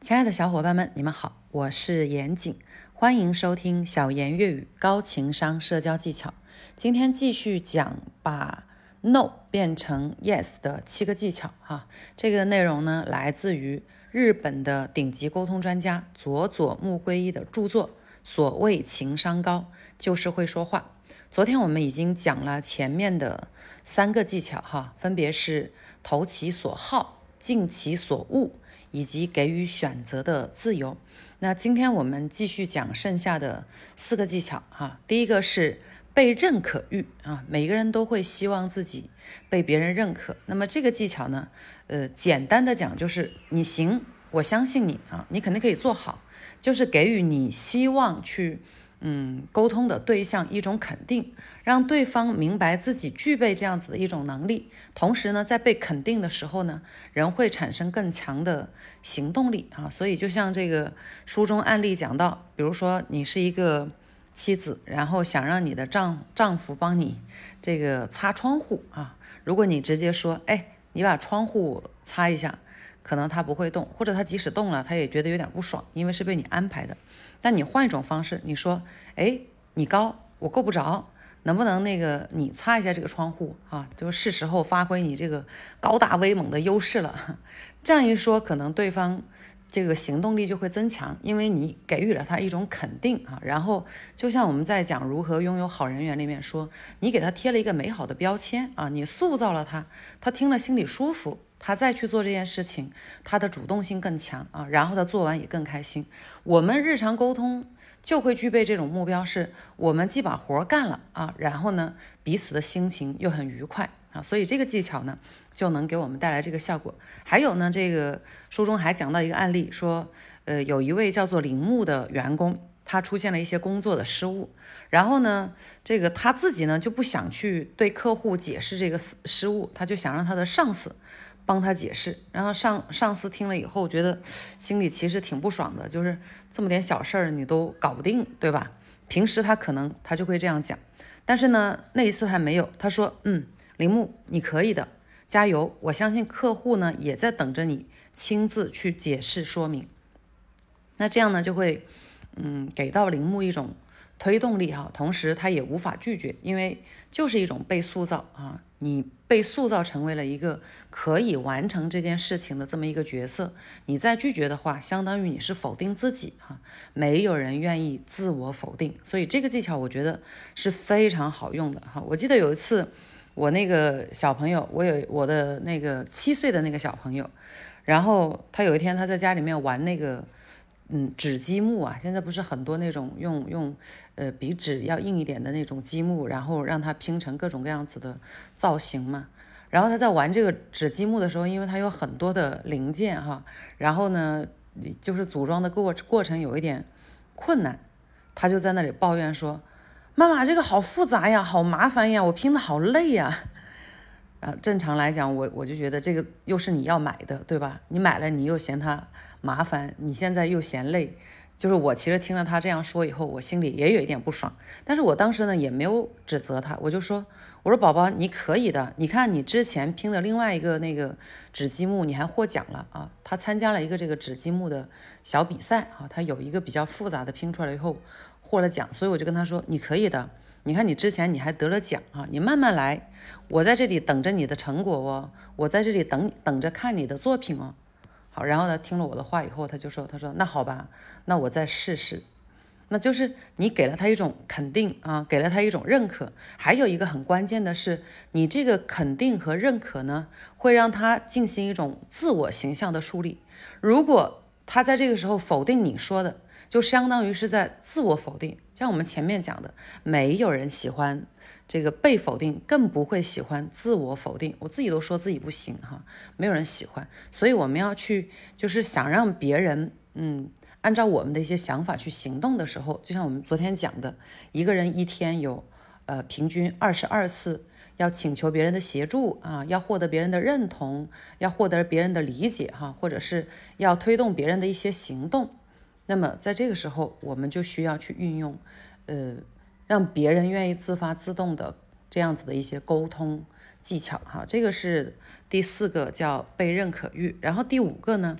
亲爱的小伙伴们，你们好，我是严谨，欢迎收听小严粤语高情商社交技巧。今天继续讲把 No 变成 Yes 的7个技巧哈。这个内容呢，来自于日本的顶级沟通专家佐佐木圭一的著作《所谓情商高，就是会说话》。昨天我们已经讲了前面的3个技巧哈，分别是投其所好、尽其所恶，以及给予选择的自由。那今天我们继续讲剩下的4个技巧哈。第一个是被认可欲啊，每个人都会希望自己被别人认可。那么这个技巧呢，简单的讲就是你行，我相信你啊，你肯定可以做好，就是给予你希望去沟通的对象一种肯定，让对方明白自己具备这样子的一种能力。同时呢，在被肯定的时候呢，人会产生更强的行动力啊。所以就像这个书中案例讲到，比如说你是一个妻子，然后想让你的丈夫帮你这个擦窗户啊，如果你直接说，你把窗户擦一下，可能他不会动，或者他即使动了，他也觉得有点不爽，因为是被你安排的。但你换一种方式，你说，你高，我够不着，能不能你擦一下这个窗户啊？就是时候发挥你这个高大威猛的优势了。这样一说，可能对方这个行动力就会增强，因为你给予了他一种肯定啊。然后就像我们在讲如何拥有好人缘里面说，你给他贴了一个美好的标签啊，你塑造了他，他听了心里舒服，他再去做这件事情，他的主动性更强啊，然后他做完也更开心。我们日常沟通就会具备这种目标，是我们既把活干了啊，然后呢彼此的心情又很愉快啊，所以这个技巧呢就能给我们带来这个效果。还有呢，这个书中还讲到一个案例，说有一位叫做铃木的员工，他出现了一些工作的失误，然后呢这个他自己呢就不想去对客户解释这个失误，他就想让他的上司帮他解释。然后上司听了以后觉得心里其实挺不爽的，就是这么点小事儿你都搞不定，对吧？平时他就会这样讲，但是呢那一次还没有，他说铃木你可以的，加油，我相信客户呢也在等着你亲自去解释说明。那这样呢就会给到铃木一种推动力哈，同时他也无法拒绝，因为就是一种被塑造啊，你被塑造成为了一个可以完成这件事情的这么一个角色，你再拒绝的话，相当于你是否定自己哈，没有人愿意自我否定，所以这个技巧我觉得是非常好用的哈。我记得有一次我那个小朋友，我有我的那个7岁的那个小朋友，然后他有一天他在家里面玩那个纸积木啊，现在不是很多那种用比纸要硬一点的那种积木，然后让它拼成各种各样子的造型嘛。然后他在玩这个纸积木的时候，因为它有很多的零件哈，然后呢就是组装的过程有一点困难，他就在那里抱怨说：妈妈，这个好复杂呀，好麻烦呀，我拼的好累呀。正常来讲，我就觉得这个又是你要买的，对吧？你买了，你又嫌它麻烦，你现在又嫌累，就是我其实听了他这样说以后，我心里也有一点不爽。但是我当时呢也没有指责他，我说宝宝你可以的，你看你之前拼的另外一个那个纸积木，你还获奖了啊！他参加了一个这个纸积木的小比赛啊，他有一个比较复杂的拼出来以后获了奖，所以我就跟他说你可以的。你看你之前你还得了奖啊，你慢慢来，我在这里等着你的成果哦，我在这里等着看你的作品哦。好，然后呢听了我的话以后，他说那好吧，那我再试试。那就是你给了他一种肯定啊，给了他一种认可。还有一个很关键的是，你这个肯定和认可呢，会让他进行一种自我形象的树立。如果他在这个时候否定你说的，就相当于是在自我否定。像我们前面讲的，没有人喜欢这个被否定，更不会喜欢自我否定。我自己都说自己不行哈，没有人喜欢。所以我们要去，就是想让别人按照我们的一些想法去行动的时候，就像我们昨天讲的，一个人一天有平均22次要请求别人的协助啊，要获得别人的认同，要获得别人的理解哈，或者是要推动别人的一些行动。那么在这个时候，我们就需要去运用让别人愿意自发自动的这样子的一些沟通技巧哈。这个是第4个叫被认可欲。然后第5个呢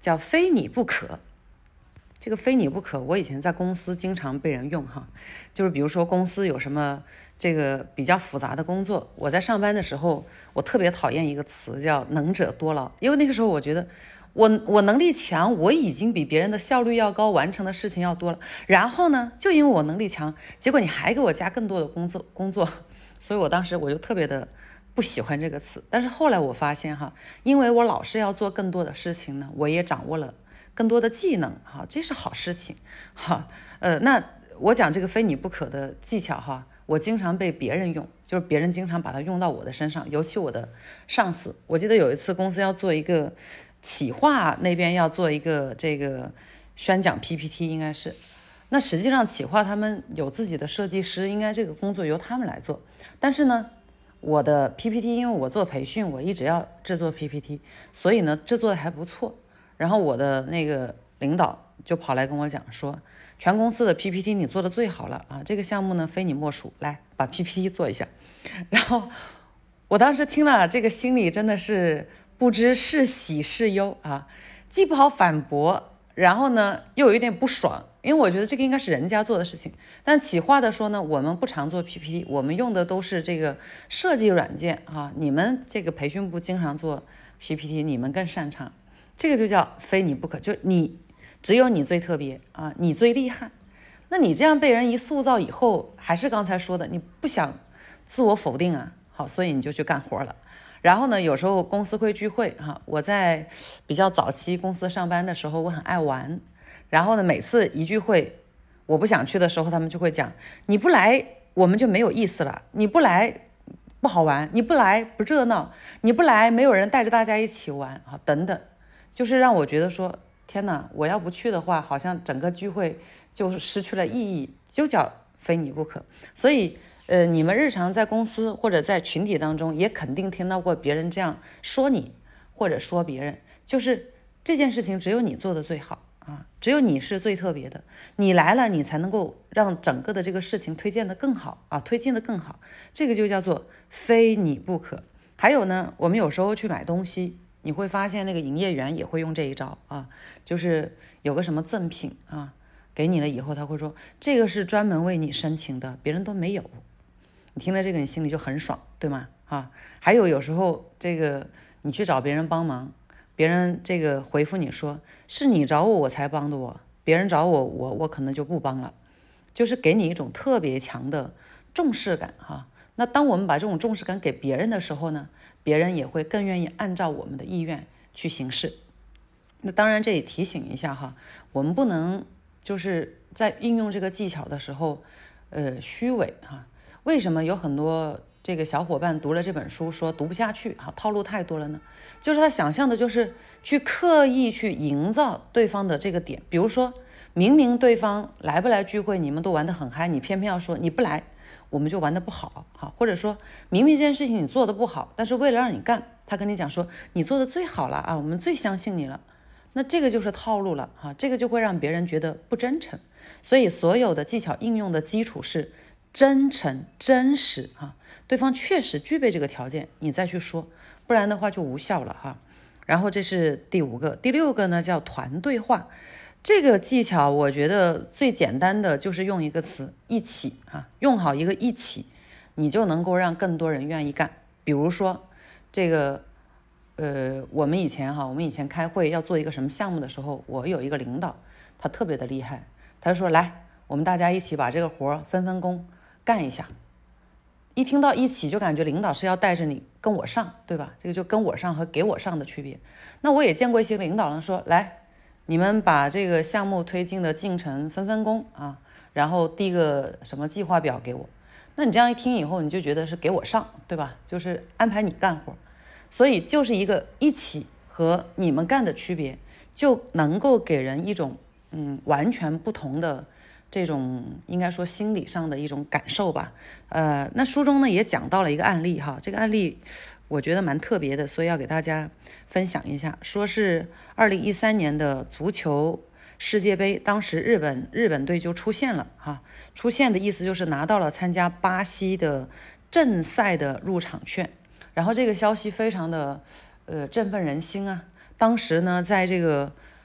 叫非你不可。这个非你不可，我以前在公司经常被人用哈，就是比如说公司有什么这个比较复杂的工作，我在上班的时候，我特别讨厌一个词叫能者多劳，因为那个时候我觉得我能力强，我已经比别人的效率要高，完成的事情要多了，然后呢，就因为我能力强，结果你还给我加更多的工作，所以我当时我就特别的不喜欢这个词。但是后来我发现哈，因为我老是要做更多的事情呢，我也掌握了更多的技能哈，这是好事情哈。那我讲这个非你不可的技巧哈，我经常被别人用，就是别人经常把它用到我的身上，尤其我的上司。我记得有一次公司要做一个企划，那边要做一个这个宣讲 PPT， 应该是。那实际上企划他们有自己的设计师，应该这个工作由他们来做。但是呢，我的 PPT 因为我做培训，我一直要制作 PPT， 所以呢制作的还不错。然后我的那个领导就跑来跟我讲说，全公司的 PPT 你做的最好了啊，这个项目呢非你莫属，来把 PPT 做一下。然后我当时听了这个心里真的是不知是喜是忧啊，既不好反驳，然后呢又有一点不爽，因为我觉得这个应该是人家做的事情。但企划的说呢，我们不常做 PPT， 我们用的都是这个设计软件啊，你们这个培训部经常做 PPT， 你们更擅长。这个就叫非你不可，就你只有你最特别啊，你最厉害。那你这样被人一塑造以后，还是刚才说的，你不想自我否定啊，好，所以你就去干活了。然后呢，有时候公司会聚会哈，我在比较早期公司上班的时候，我很爱玩。然后呢，每次一聚会，我不想去的时候，他们就会讲，你不来我们就没有意思了，你不来不好玩，你不来不热闹，你不来没有人带着大家一起玩啊，等等。就是让我觉得说，天哪，我要不去的话，好像整个聚会就失去了意义，就叫非你不可。所以，你们日常在公司或者在群体当中，也肯定听到过别人这样说你，或者说别人，就是这件事情只有你做的最好啊，只有你是最特别的，你来了，你才能够让整个的这个事情推荐的更好啊，推进的更好，这个就叫做非你不可。还有呢，我们有时候去买东西。你会发现那个营业员也会用这一招啊，就是有个什么赠品啊，给你了以后他会说这个是专门为你申请的，别人都没有。你听了这个你心里就很爽，对吗？啊，还有时候这个你去找别人帮忙，别人这个回复你说是你找我才帮的我，别人找我可能就不帮了，就是给你一种特别强的重视感哈。那当我们把这种重视感给别人的时候呢，别人也会更愿意按照我们的意愿去行事。那当然这里提醒一下哈，我们不能就是在运用这个技巧的时候虚伪哈。为什么有很多这个小伙伴读了这本书说读不下去哈，套路太多了呢？就是他想象的就是去刻意去营造对方的这个点，比如说明明对方来不来聚会你们都玩得很嗨，你偏偏要说你不来我们就玩得不好哈，或者说明明这件事情你做得不好，但是为了让你干，他跟你讲说你做得最好了啊，我们最相信你了，那这个就是套路了哈，这个就会让别人觉得不真诚。所以所有的技巧应用的基础是真诚真实哈，对方确实具备这个条件，你再去说，不然的话就无效了哈。然后这是第5个，第6个呢叫团队化。这个技巧我觉得最简单的就是用一个词一起啊，用好一个一起，你就能够让更多人愿意干。比如说这个我们以前开会要做一个什么项目的时候，我有一个领导他特别的厉害，他说来我们大家一起把这个活分工干一下。一听到一起就感觉领导是要带着你跟我上，对吧？这个就跟我上和给我上的区别。那我也见过一些领导人说来你们把这个项目推进的进程分工啊，然后递个什么计划表给我。那你这样一听以后，你就觉得是给我上，对吧？就是安排你干活。所以就是一个一起和你们干的区别，就能够给人一种完全不同的这种应该说心理上的一种感受吧。那书中呢也讲到了一个案例哈，这个案例我觉得蛮特别的，所以要给大家分享一下。说是2013年的足球世界杯，当时日本队就出现了哈，出现的意思就是拿到了参加巴西的正赛的入场券。然后这个消息非常的振奋人心啊。当时呢，在这个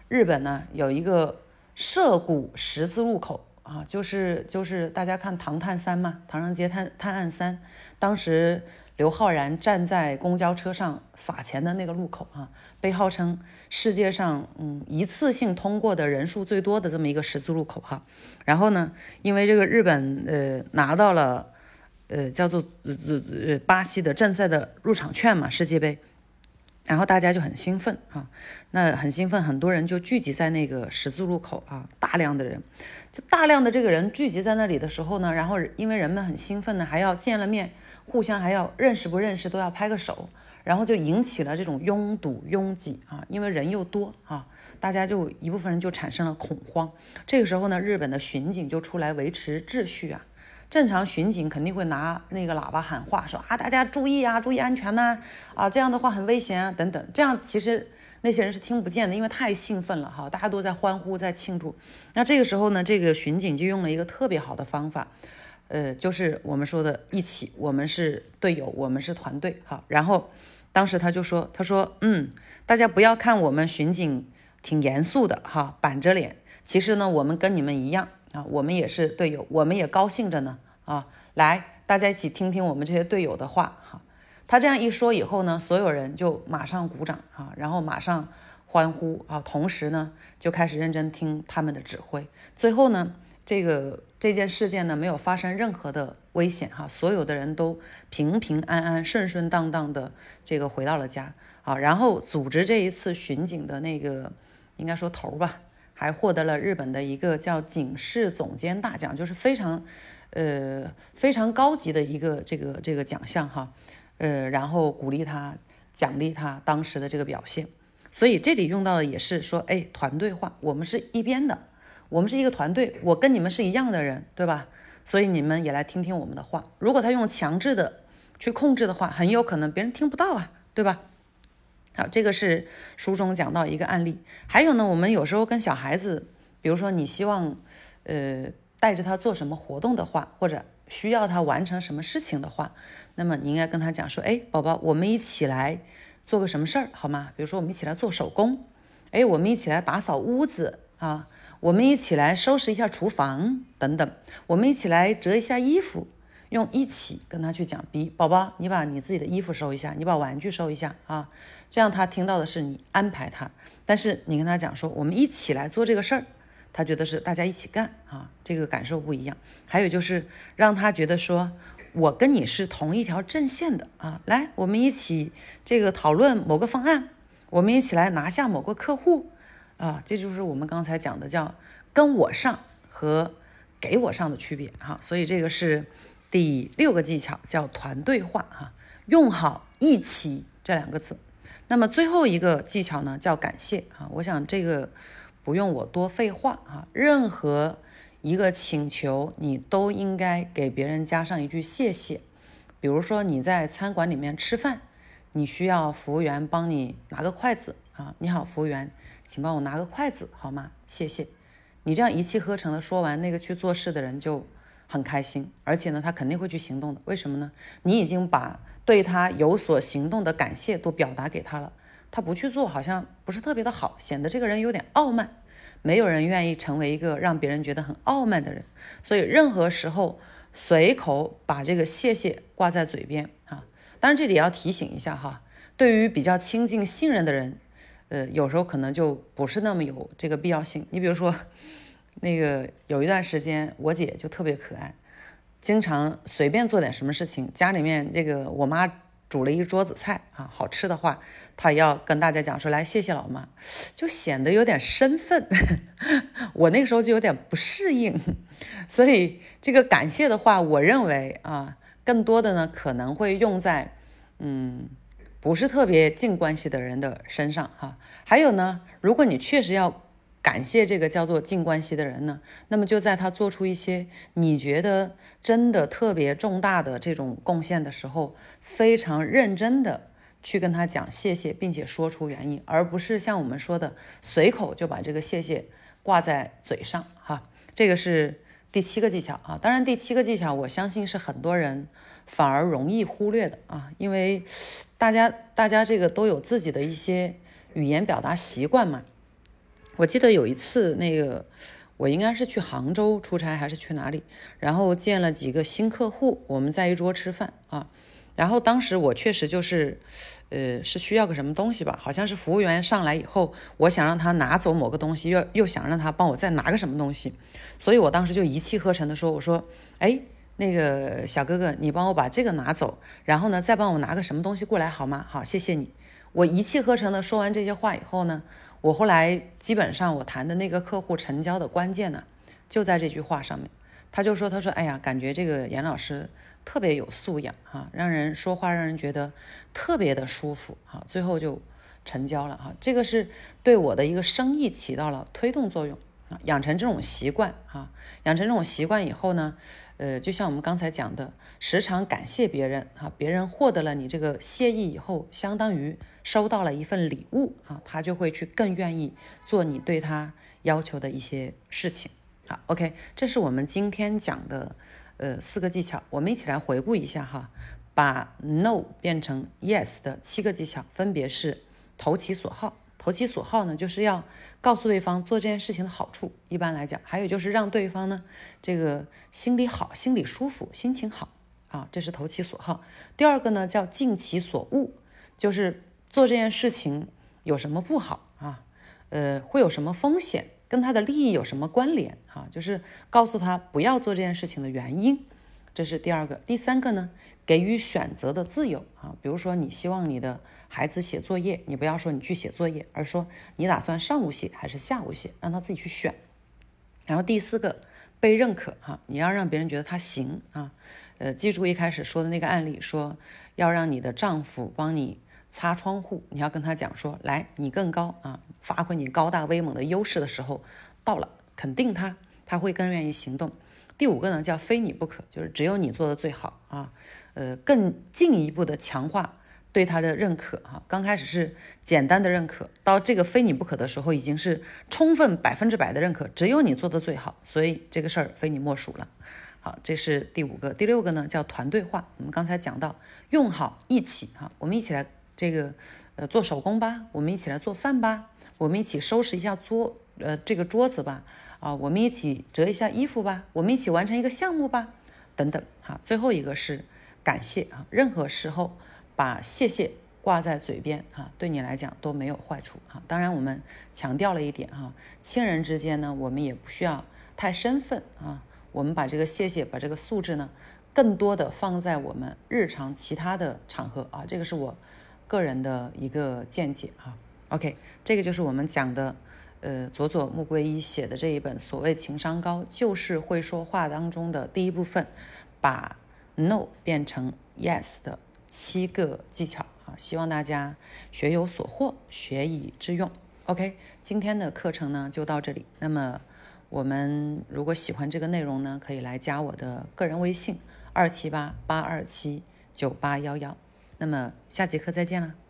日本呢有一个涉谷十字路口啊，就是大家看唐探三嘛，唐人街探案三，当时刘昊然站在公交车上撒钱的那个路口啊，被号称世界上一次性通过的人数最多的这么一个十字路口哈。然后呢，因为这个日本拿到了叫做巴西的正赛的入场券嘛，世界杯。然后大家就很兴奋啊，那很兴奋，很多人就聚集在那个十字路口啊，大量的人，就大量的这个人聚集在那里的时候呢，然后因为人们很兴奋呢，还要见了面，互相还要认识不认识都要拍个手，然后就引起了这种拥堵拥挤啊，因为人又多啊，大家就一部分人就产生了恐慌。这个时候呢，日本的巡警就出来维持秩序啊。正常巡警肯定会拿那个喇叭喊话，说啊大家注意啊，注意安全呐，这样的话很危险啊等等。这样其实那些人是听不见的，因为太兴奋了哈，大家都在欢呼在庆祝。那这个时候呢，这个巡警就用了一个特别好的方法，就是我们说的一起，我们是队友，我们是团队哈。然后当时他说大家不要看我们巡警挺严肃的哈，板着脸，其实呢我们跟你们一样。我们也是队友，我们也高兴着呢来，大家一起听听我们这些队友的话哈。他这样一说以后呢，所有人就马上鼓掌然后马上欢呼同时呢就开始认真听他们的指挥。最后呢，这件事件呢没有发生任何的危险所有的人都平平安安、顺顺当当的这个回到了家然后组织这一次巡警的那个应该说头吧。还获得了日本的一个叫警视总监大奖，就是非常高级的一个这个奖项哈，然后鼓励他、奖励他当时的这个表现。所以这里用到的也是说，团队化，我们是一边的，我们是一个团队，我跟你们是一样的人，对吧？所以你们也来听听我们的话。如果他用强制的去控制的话，很有可能别人听不到对吧？好，这个是书中讲到一个案例。还有呢，我们有时候跟小孩子，比如说你希望带着他做什么活动的话，或者需要他完成什么事情的话，那么你应该跟他讲说，宝宝，我们一起来做个什么事儿好吗？比如说我们一起来做手工，我们一起来打扫屋子我们一起来收拾一下厨房等等，我们一起来折一下衣服。用一起跟他去讲，宝宝，你把你自己的衣服收一下，你把玩具收一下这样他听到的是你安排他，但是你跟他讲说我们一起来做这个事儿，他觉得是大家一起干这个感受不一样。还有就是让他觉得说我跟你是同一条阵线的来，我们一起这个讨论某个方案，我们一起来拿下某个客户这就是我们刚才讲的叫跟我上和给我上的区别所以这个是第6个技巧，叫团队化用好一起这2个字。那么最后一个技巧呢，叫感谢我想这个不用我多废话任何一个请求你都应该给别人加上一句谢谢。比如说你在餐馆里面吃饭，你需要服务员帮你拿个筷子你好，服务员，请帮我拿个筷子好吗？谢谢。你这样一气呵成的说完，那个去做事的人就很开心，而且呢他肯定会去行动的。为什么呢？你已经把对他有所行动的感谢都表达给他了，他不去做好像不是特别的好，显得这个人有点傲慢。没有人愿意成为一个让别人觉得很傲慢的人，所以任何时候随口把这个谢谢挂在嘴边当然这里也要提醒一下对于比较亲近信任的人有时候可能就不是那么有这个必要性。你比如说那个有一段时间我姐就特别可爱，经常随便做点什么事情，家里面这个我妈煮了一桌子菜好吃的话，她要跟大家讲说来谢谢老妈，就显得有点身份我那个时候就有点不适应。所以这个感谢的话，我认为更多的呢可能会用在不是特别近关系的人的身上还有呢，如果你确实要感谢这个叫做近关系的人呢，那么就在他做出一些你觉得真的特别重大的这种贡献的时候，非常认真的去跟他讲谢谢，并且说出原因，而不是像我们说的随口就把这个谢谢挂在嘴上这个是第7个技巧当然第7个技巧我相信是很多人反而容易忽略的因为大家这个都有自己的一些语言表达习惯嘛。 我记得有一次我应该是去杭州出差还是去哪里，然后见了几个新客户，我们在一桌吃饭啊。然后当时我确实是需要个什么东西吧，好像是服务员上来以后，我想让他拿走某个东西，又想让他帮我再拿个什么东西，所以我当时就一气呵成的说，我说，哎，那个小哥哥，你帮我把这个拿走，然后呢，再帮我拿个什么东西过来好吗？好，谢谢你。我一气呵成的说完这些话以后呢，我后来基本上我谈的那个客户成交的关键呢，就在这句话上面。他说，哎呀，感觉这个严老师特别有素养哈，让人说话让人觉得特别的舒服哈，最后就成交了哈。这个是对我的一个生意起到了推动作用啊，养成这种习惯啊，养成这种习惯以后呢，就像我们刚才讲的，时常感谢别人啊，别人获得了你这个谢意以后，相当于收到了一份礼物啊，他就会去更愿意做你对他要求的一些事情。好 ，OK， 这是我们今天讲的4个技巧，我们一起来回顾一下哈。把 No 变成 Yes 的7个技巧，分别是投其所好。投其所好呢，就是要告诉对方做这件事情的好处。一般来讲，还有就是让对方呢这个心里好、心里舒服、心情好啊，这是投其所好。第二个呢叫尽其所恶，就是做这件事情有什么不好啊？会有什么风险？跟他的利益有什么关联啊？就是告诉他不要做这件事情的原因，这是第二个。第三个呢，给予选择的自由啊。比如说你希望你的孩子写作业，你不要说你去写作业，而说你打算上午写还是下午写，让他自己去选。然后第4个，被认可哈，你要让别人觉得他行啊。记住一开始说的那个案例，说要让你的丈夫帮你擦窗户，你要跟他讲说，来，你更高啊，发挥你高大威猛的优势的时候到了，肯定他会更愿意行动。第5个呢叫非你不可，就是只有你做的最好啊，更进一步的强化对他的认可啊。刚开始是简单的认可，到这个非你不可的时候，已经是充分100%的认可，只有你做的最好，所以这个事儿非你莫属了。好，这是第5个。第6个呢叫团队化，我们刚才讲到用好一起啊，我们一起来做手工吧，我们一起来做饭吧，我们一起收拾一下这个桌子吧，啊，我们一起折一下衣服吧，我们一起完成一个项目吧，等等。好，最后一个是感谢啊，任何时候把谢谢挂在嘴边啊，对你来讲都没有坏处啊。当然我们强调了一点哈，亲人之间呢，我们也不需要太生分啊，我们把这个谢谢，把这个素质呢，更多的放在我们日常其他的场合啊，这个是我个人的一个见解啊。OK， 这个就是我们讲的佐佐木圭一写的这一本所谓情商高就是会说话当中的第一部分，把 No 变成 Yes 的7个技巧啊，希望大家学有所获，学以致用。OK， 今天的课程呢就到这里。那么我们如果喜欢这个内容呢，可以来加我的个人微信278-827-9811。那么下节课再见了。